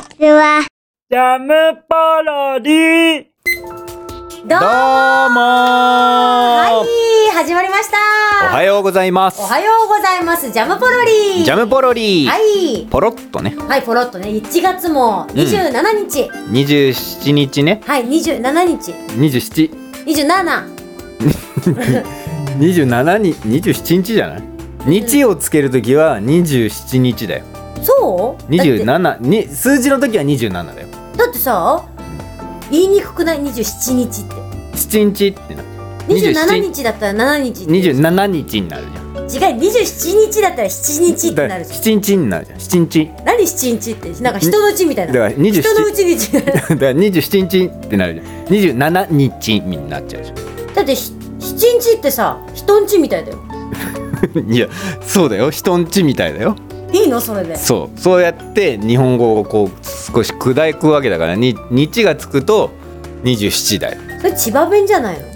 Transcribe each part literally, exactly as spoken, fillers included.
ちは。 ジャムパロディ。 どうもーはい始まりました。 おはようございます。 おはようございます。ジャムポロリー。 ジャムポロリー。 はいポロッとね。 はいポロッとね。いちがつもにじゅうしちにち、 うん、にじゅうしちにちね。 はいにじゅうしちにちにじゅうななにじゅうななにじゅうななににじゅうしちにちじゃない？日をつけるときはにじゅうしちにちだよ。 そうにじゅうななに数字のときはにじゅうななだよ。 だってさ、言いにくくない？にじゅうしちにちってしちにちってなる。 にじゅうななにちだったらななにちってにじゅうななにちになるじゃん。 違う、にじゅうしちにちだったらしちにちってなるじゃん。 しちにちになるじゃん。しちにち。 何しちにちってなんか人のうちみたいな。 だからにじゅうなな人のうちにちだからにじゅうしちにちってなるじゃん。にじゅうななにちになっちゃうじゃん。 だってししちにちってさ、人んちみたいだよ。 いやそうだよ、人んちみたいだよ。 いいのそれで。 そうそうやって日本語をこう少し砕くわけだから、に日がつくとにじゅうしちだよ。 それ千葉弁じゃないの？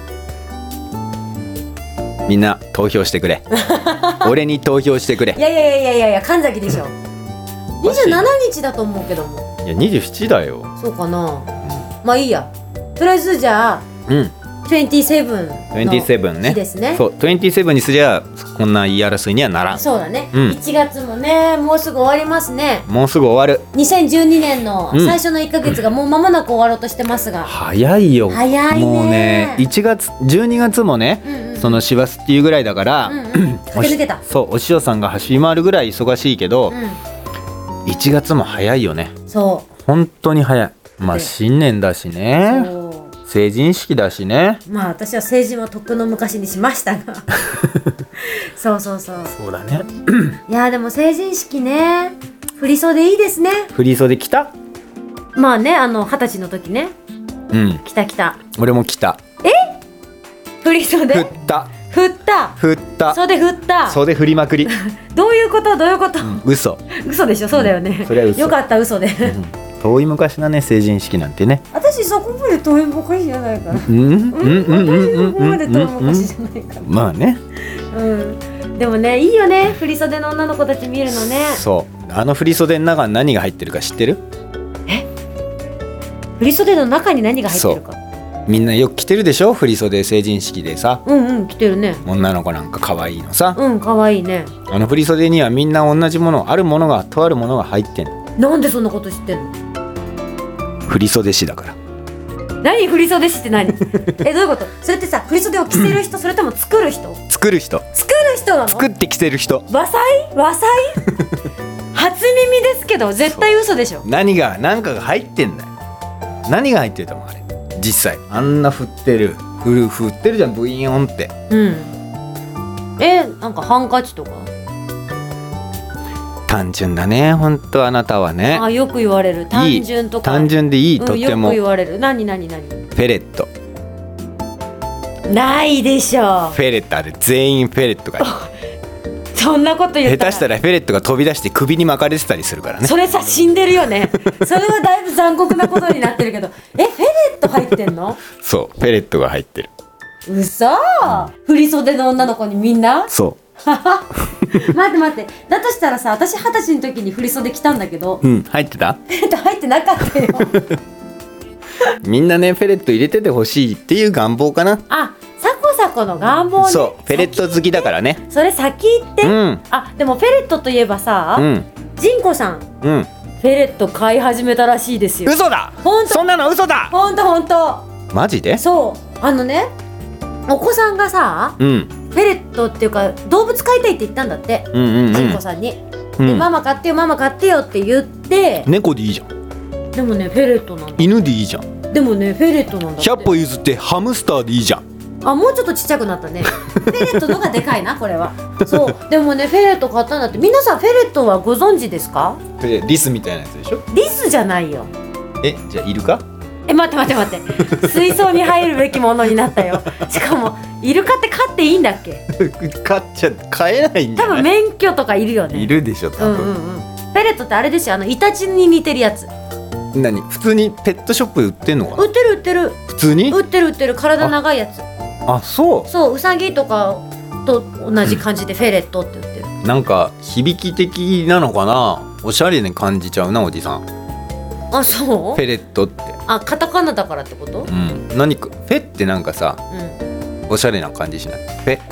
みんな投票してくれ俺に投票してくれ。 いやいやいやいやいや神崎でしょにじゅうななにちだと思うけども。 いやにじゅうしちだよ。 そうかな、まあいいや。とりあえずじゃあうんにじゅうななのにじゅうななね日ですね。 そうにじゅうななにすりゃこんな言い争いにはならん。 そうだね、 うんいちがつもねもうすぐ終わりますね。 もうすぐ終わる。 にせんじゅうにねんの最初のいっかげつがもう間もなく終わろうとしてますが、 早いよ。 早いね。 もうねいちがつじゅうにがつもね、 うんうん、 その師走っていうぐらいだから、 うんうん、駆け抜けた。 そうお師匠さんが走り回るぐらい忙しいけど、 うん、 いちがつも早いよね。 そう本当に早い。まあ新年だしね、 そう成人式だしね。 まあ私は成人はとっくの昔にしましたがそうそうそう。 そうだねいやでも成人式ね、振り袖いいですね。 振り袖着た？ まあね、あの二十歳の時ね、 うん着た着た。 俺も着た。 振り袖振った振った振った袖振った。 袖振りまくりどういうことどういうこと、うん、 嘘嘘でしょ。そうだよね、 うん、それは嘘。 よかった嘘で、 うん遠い昔だね成人式なんてね。 私そこまで遠い昔じゃないから。 うんうんうんうんそこまで遠い昔じゃないから。 まあね。 うん。でもねいいよね、振り袖の女の子たち見るのね。 そうあの振り袖の中に何が入ってるか知ってる？ え？振り袖の中に何が入ってるか。 みんなよく着てるでしょ振り袖。成人式でさ、 うんうん着てるね。 女の子なんか可愛いのさ。 うん可愛いね。 あの振り袖にはみんな同じもの、あるものがとあるものが入ってんの。 なんでそんなこと知ってんの？ 振り袖師だから。 何振り袖師って何？えどういうこと？それってさ振り袖を着せる人それとも作る人？ 作る人。 作る人なの？ 作って着せる人。 和裁？和裁？初耳ですけど絶対嘘でしょ。 何が何かが入ってんだよ。何が入ってると思うあれ。実際あんな振ってる振る振ってるじゃんブイヨンって。 うん。えなんかハンカチとか？ 単純だね本当あなたはね。 あよく言われる。単純とか。 単純でいい、 うん、 とっても。 よく言われる。何何何？ フェレット。 ないでしょ。 フェレットあれ全員フェレットがそんなこと言ったら下手したらフェレットが飛び出して首に巻かれてたりするからね。 それさ死んでるよねそれはだいぶ残酷なことになってるけどえフェレット入ってんの？ そうフェレットが入ってる。 うそ、うん、振り袖の女の子にみんなそう待って待って、だとしたらさ私二十歳の時に振り袖着たんだけど、 うん入ってた？ フェレット入ってなかったよみんなねフェレット入れててほしいっていう願望かな。 あサコサコの願望ね。 そうフェレット好きだからね。 それ先言って、 うん、 あでもフェレットといえばさ、 うん、 ジンコさん、 うん、 フェレット飼い始めたらしいですよ。 嘘だ。 ほんとそんなの嘘だ。 ほんとほんとマジで？ そうあのねお子さんがさ、 うん、 フェレットっていうか動物飼いたいって言ったんだって、 うんうんうん、 ジンコさんに、 うん、 でママ飼ってよママ飼ってよって言って、 猫でいいじゃん。 でもねフェレットなんだ。 犬でいいじゃん。 でもねフェレットなんだって。 ひゃっぽ譲ってハムスターでいいじゃん。 あもうちょっとちっちゃくなったねフェレットのがでかいなこれはそうでもねフェレット買ったんだって。皆さんフェレットはご存知ですか？ リスみたいなやつでしょ。 リスじゃないよ。 えじゃあイルカ？ え待って待って待って水槽に入るべきものになったよしかもイルカって飼っていいんだっけ？ 飼っちゃ飼えないんじゃない？ 多分免許とかいるよね。 いるでしょ多分、 うんうんうん、フェレットってあれですよ、あのイタチに似てるやつ。 何普通にペットショップで売ってんのかな？ 売ってる売ってる普通に売ってる売ってる体長いやつ。 あそうそうウサギとかと同じ感じでフェレットって売ってる。 なんか響き的なのかな。おしゃれに感じちゃうなおじさん。 あ、そうフェレットって。 あ、カタカナだからってこと？ うん、何かフェってなんかさ、 うん、 おしゃれな感じしない？フェ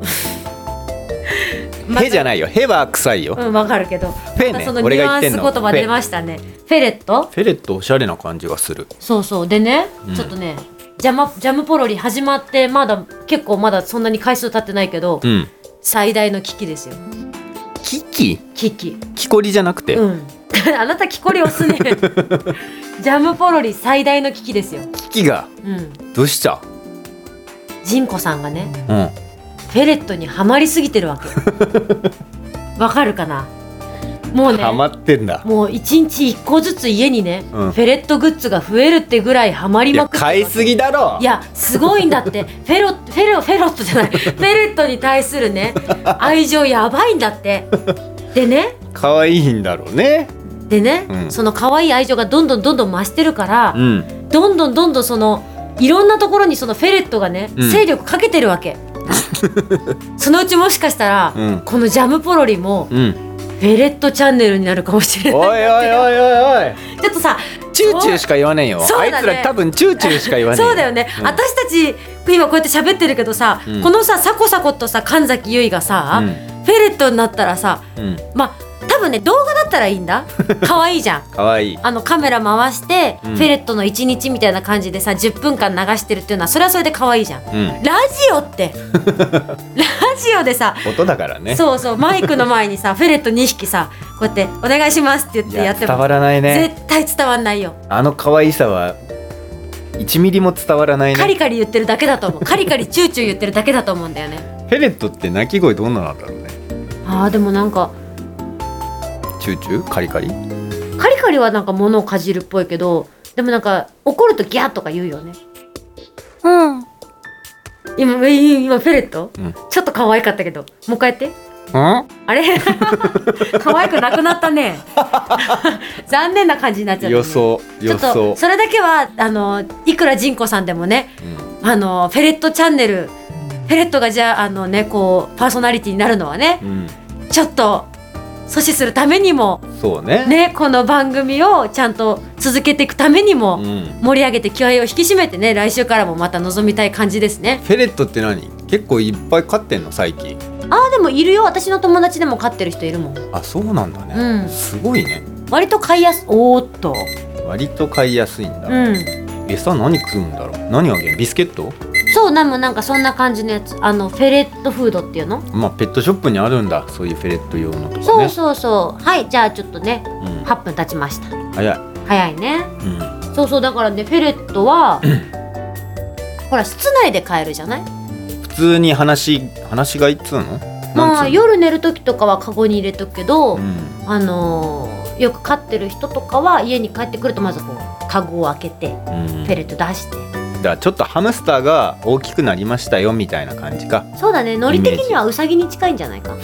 ま、 ヘじゃないよ。ヘは臭いよ。 うん、わかるけど。 フェね。 そのニュアンス言葉出ましたね。フェレット？ フェレットおしゃれな感じがする。 そうそうでね、うん、ちょっとね、ジャマジャムポロリ始まってまだ結構まだそんなに回数経ってないけど、うん、最大の危機ですよ。 危機？ 危機。 木こりじゃなくて？ うん。あなた木こり押すね。ジャムポロリ最大の危機ですよ。 危機が？うん。どうした？ ジンコさんがね。 うん。 フェレットにはまりすぎてるわけ。わかるかな。もうね、 ハマってんだ。 もう一日一個ずつ家にね、うん、フェレットグッズが増えるってぐらいハマりまくってる。 買いすぎだろ。 いやすごいんだって。フェロフェロフェロットじゃない。フェレットに対するね愛情やばいんだって。でね。 可愛いんだろうね。 でね、うん、その可愛い愛情がどんどんどんどん増してるから、うん、どんどんどんどんそのいろんなところにそのフェレットがね、うん、勢力かけてるわけ。そのうちもしかしたら、うん、このジャムポロリも、うん、フェレットチャンネルになるかもしれない。 おいおいおいおいおい。 ちょっとさ、 チューチューしか言わねえよ。ね、あいつら多分チューチューしか言わねえよ。 そうだよね、うん、私たち今こうやって喋ってるけどさ、うん、このさサコサコとさ神崎優衣がさ、うん、フェレットになったらさ、うん、まあ多分ね動画だったらいいんだ。可愛いじゃん。 可愛い。 あのカメラ回して、うん、フェレットの一日みたいな感じでさじゅっぷんかん流してるっていうのはそれはそれで可愛いじゃん、うん、ラジオってラジオでさ音だからね。 そうそうマイクの前にさフェレットにひきさこうやってお願いしますって言ってやっても伝わらないね。 絶対伝わんないよ。 あの可愛さはいちミリも伝わらないね。 カリカリ言ってるだけだと思う。カリカリチューチュー言ってるだけだと思うんだよね。 フェレットって鳴き声どんななんだろうね。 あーでもなんかチューチューカリカリカリカリはなんか物をかじるっぽいけど、でもなんか怒るとギャーとか言うよね。うん今今フェレット、うん、ちょっと可愛かったけどもう一回やって。 うん、 あれ可愛くなくなったね。残念な感じになっちゃった、ね、 予想予想。 ちょっとそれだけはあのいくらジンコさんでもね、うん、あのフェレットチャンネルフェレットがじゃああのねこうパーソナリティになるのはね、うん、ちょっと阻止するためにもそうね、 ねこの番組をちゃんと続けていくためにも、うん、盛り上げて気合を引き締めてね来週からもまた臨みたい感じですね。 フェレットって何？結構いっぱい飼ってんの最近？ あーでもいるよ。私の友達でも飼ってる人いるもん。 あそうなんだね、うん、すごいね。 割と飼いやすおーっと割と飼いやすいんだ、 うん、 餌何食うんだろう。何あげん？ビスケット？ そうなもなんかそんな感じのやつ。あのフェレットフードっていうの。 まあペットショップにあるんだそういうフェレット用のとかね。 そうそうそう。はいじゃあちょっとね、うん、はっぷん経ちました。 早い早いね、うん、そうそうだからねフェレットはほら室内で飼えるじゃない。 普通に放し放し飼いっつうの。 まあ夜寝る時とかはカゴに入れとくけど、うん、あのー、よく飼ってる人とかは家に帰ってくるとまずこうカゴを開けて、うん、フェレット出して。 だからちょっとハムスターが大きくなりましたよみたいな感じか。 そうだね。ノリ的にはウサギに近いんじゃないか。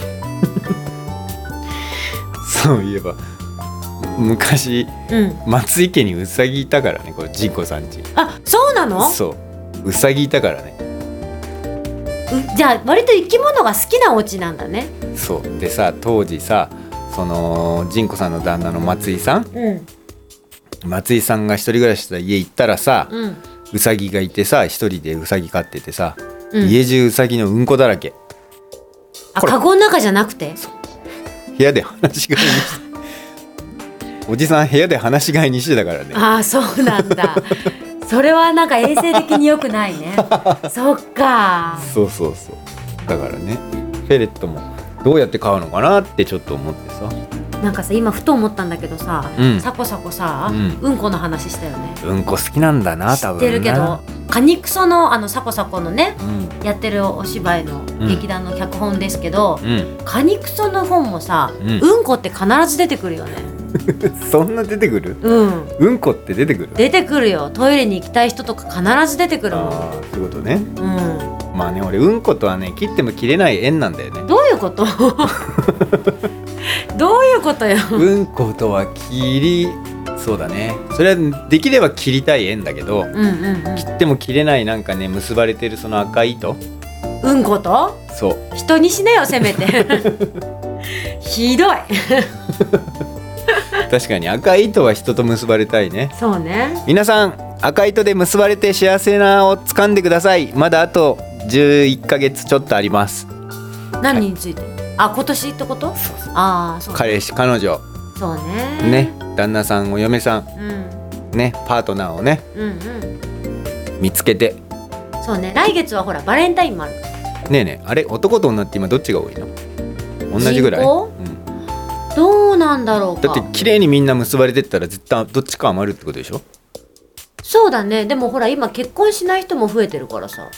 そういえば昔、うん、松井家にウサギいたからね。これジンコさんち。 あそうなの。 そうウサギいたからね。 じゃあ割と生き物が好きなお家なんだね。 そうでさ当時さそのジンコさんの旦那の松井さん、うん、松井さんが一人暮らしした家行ったらさ、うん、ウサギがいてさ一人でウサギ飼っててさ、うん、家中ウサギのうんこだらけ。 あカゴの中じゃなくて部屋で放し飼いにしておじさん部屋で放し飼いにしてたからね。 ああそうなんだ。それはなんか衛生的に良くないね。そっか。 そうそうそう。だからねフェレットもどうやって飼うのかなってちょっと思ってさ。 なんかさ今ふと思ったんだけどさ、うん、サコサコさ、うん、うんこの話したよね。 うんこ好きなんだな多分。知ってるけどカニクソのあのサコサコのね、うん、やってるお芝居の劇団の脚本ですけど、うん、カニクソの本もさ、うん、うんこって必ず出てくるよね。 そんな出てくる？ うん。 うんこって出てくる？ 出てくるよ。トイレに行きたい人とか必ず出てくるもん。 ああそういうことね。 うん。 まあね俺うんことはね切っても切れない縁なんだよね。 どういうこと？どういうことよ。 うんことは切りそうだね。それはできれば切りたい縁だけど、うんうんうん、切っても切れないなんかね結ばれてるその赤い糸。 うんこと？ そう。 人にしねよせめて。ひどい。 確かに赤い糸は人と結ばれたいね。 そうね。 皆さん赤い糸で結ばれて幸せなを掴んでください。まだあとじゅういっかげつちょっとあります。 何について、はい、あ、今年ってこと？そうそう、ああ、そう、ね、 彼氏彼女、 そうね、 ね、旦那さんお嫁さん、うん、ね、パートナーをね、うんうん、見つけて。 そうね、来月はほらバレンタインもある。 ねえねえ、あれ男と女って今どっちが多いの？同じぐらい？うん、 どうなんだろうか。 だって綺麗にみんな結ばれてったら絶対どっちか余るってことでしょ？ そうだね。でもほら今結婚しない人も増えてるからさ。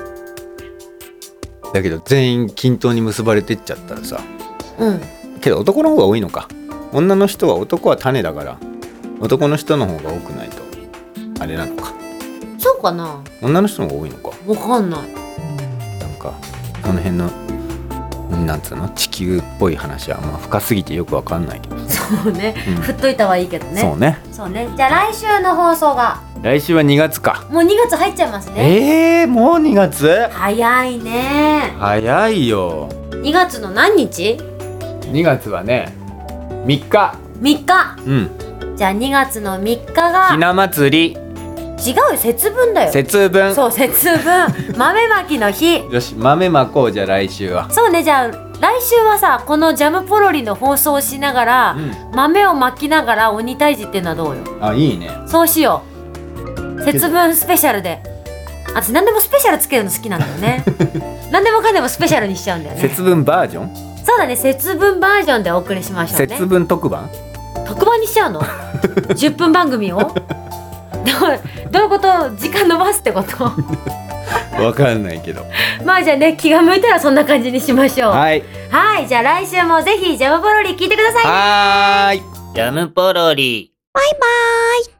だけど全員均等に結ばれてっちゃったらさ、 うん、 けど男の方が多いのか。女の人は、男は種だから男の人の方が多くないとあれなのか。 そうかな。 女の人の方が多いのか。 わかんない。 なんかその辺のなんつうの地球っぽい話はまあ深すぎてよくわかんないけど。 そうね、うん、振っといたはいいけどね。 そうね。 そうね。じゃあ来週の放送が来週はにがつか。 もうにがつ入っちゃいますね。 えー、もうにがつ？ 早いね。 早いよ。 にがつの何日？ にがつはねみっか。 みっか。 うん。 じゃあにがつのみっかがひな祭り。 違うよ、節分だよ。 節分。 そう、節分豆まきの日。 よし、豆まこう。じゃあ来週は。 そうね。じゃあ来週はさ、このジャムポロリの放送をしながら、うん、豆をまきながら鬼退治っていうのはどうよ。 あ、いいね。 そうしよう。節分スペシャルで。私何でもスペシャルつけるの好きなんだよね。何でもかんでもスペシャルにしちゃうんだよね。 節分バージョン？ そうだね、節分バージョンでお送りしましょうね。 節分特番？ 特番にしちゃうの？じゅっぷん番組をどう、どういうこと？時間延ばすってこと？ わかんないけど。 まあじゃあね、気が向いたらそんな感じにしましょう。 はい。 はい、じゃあ来週もぜひジャムポロリ聞いてくださいね。 はーい。ジャムポロリ。 バイバーイ。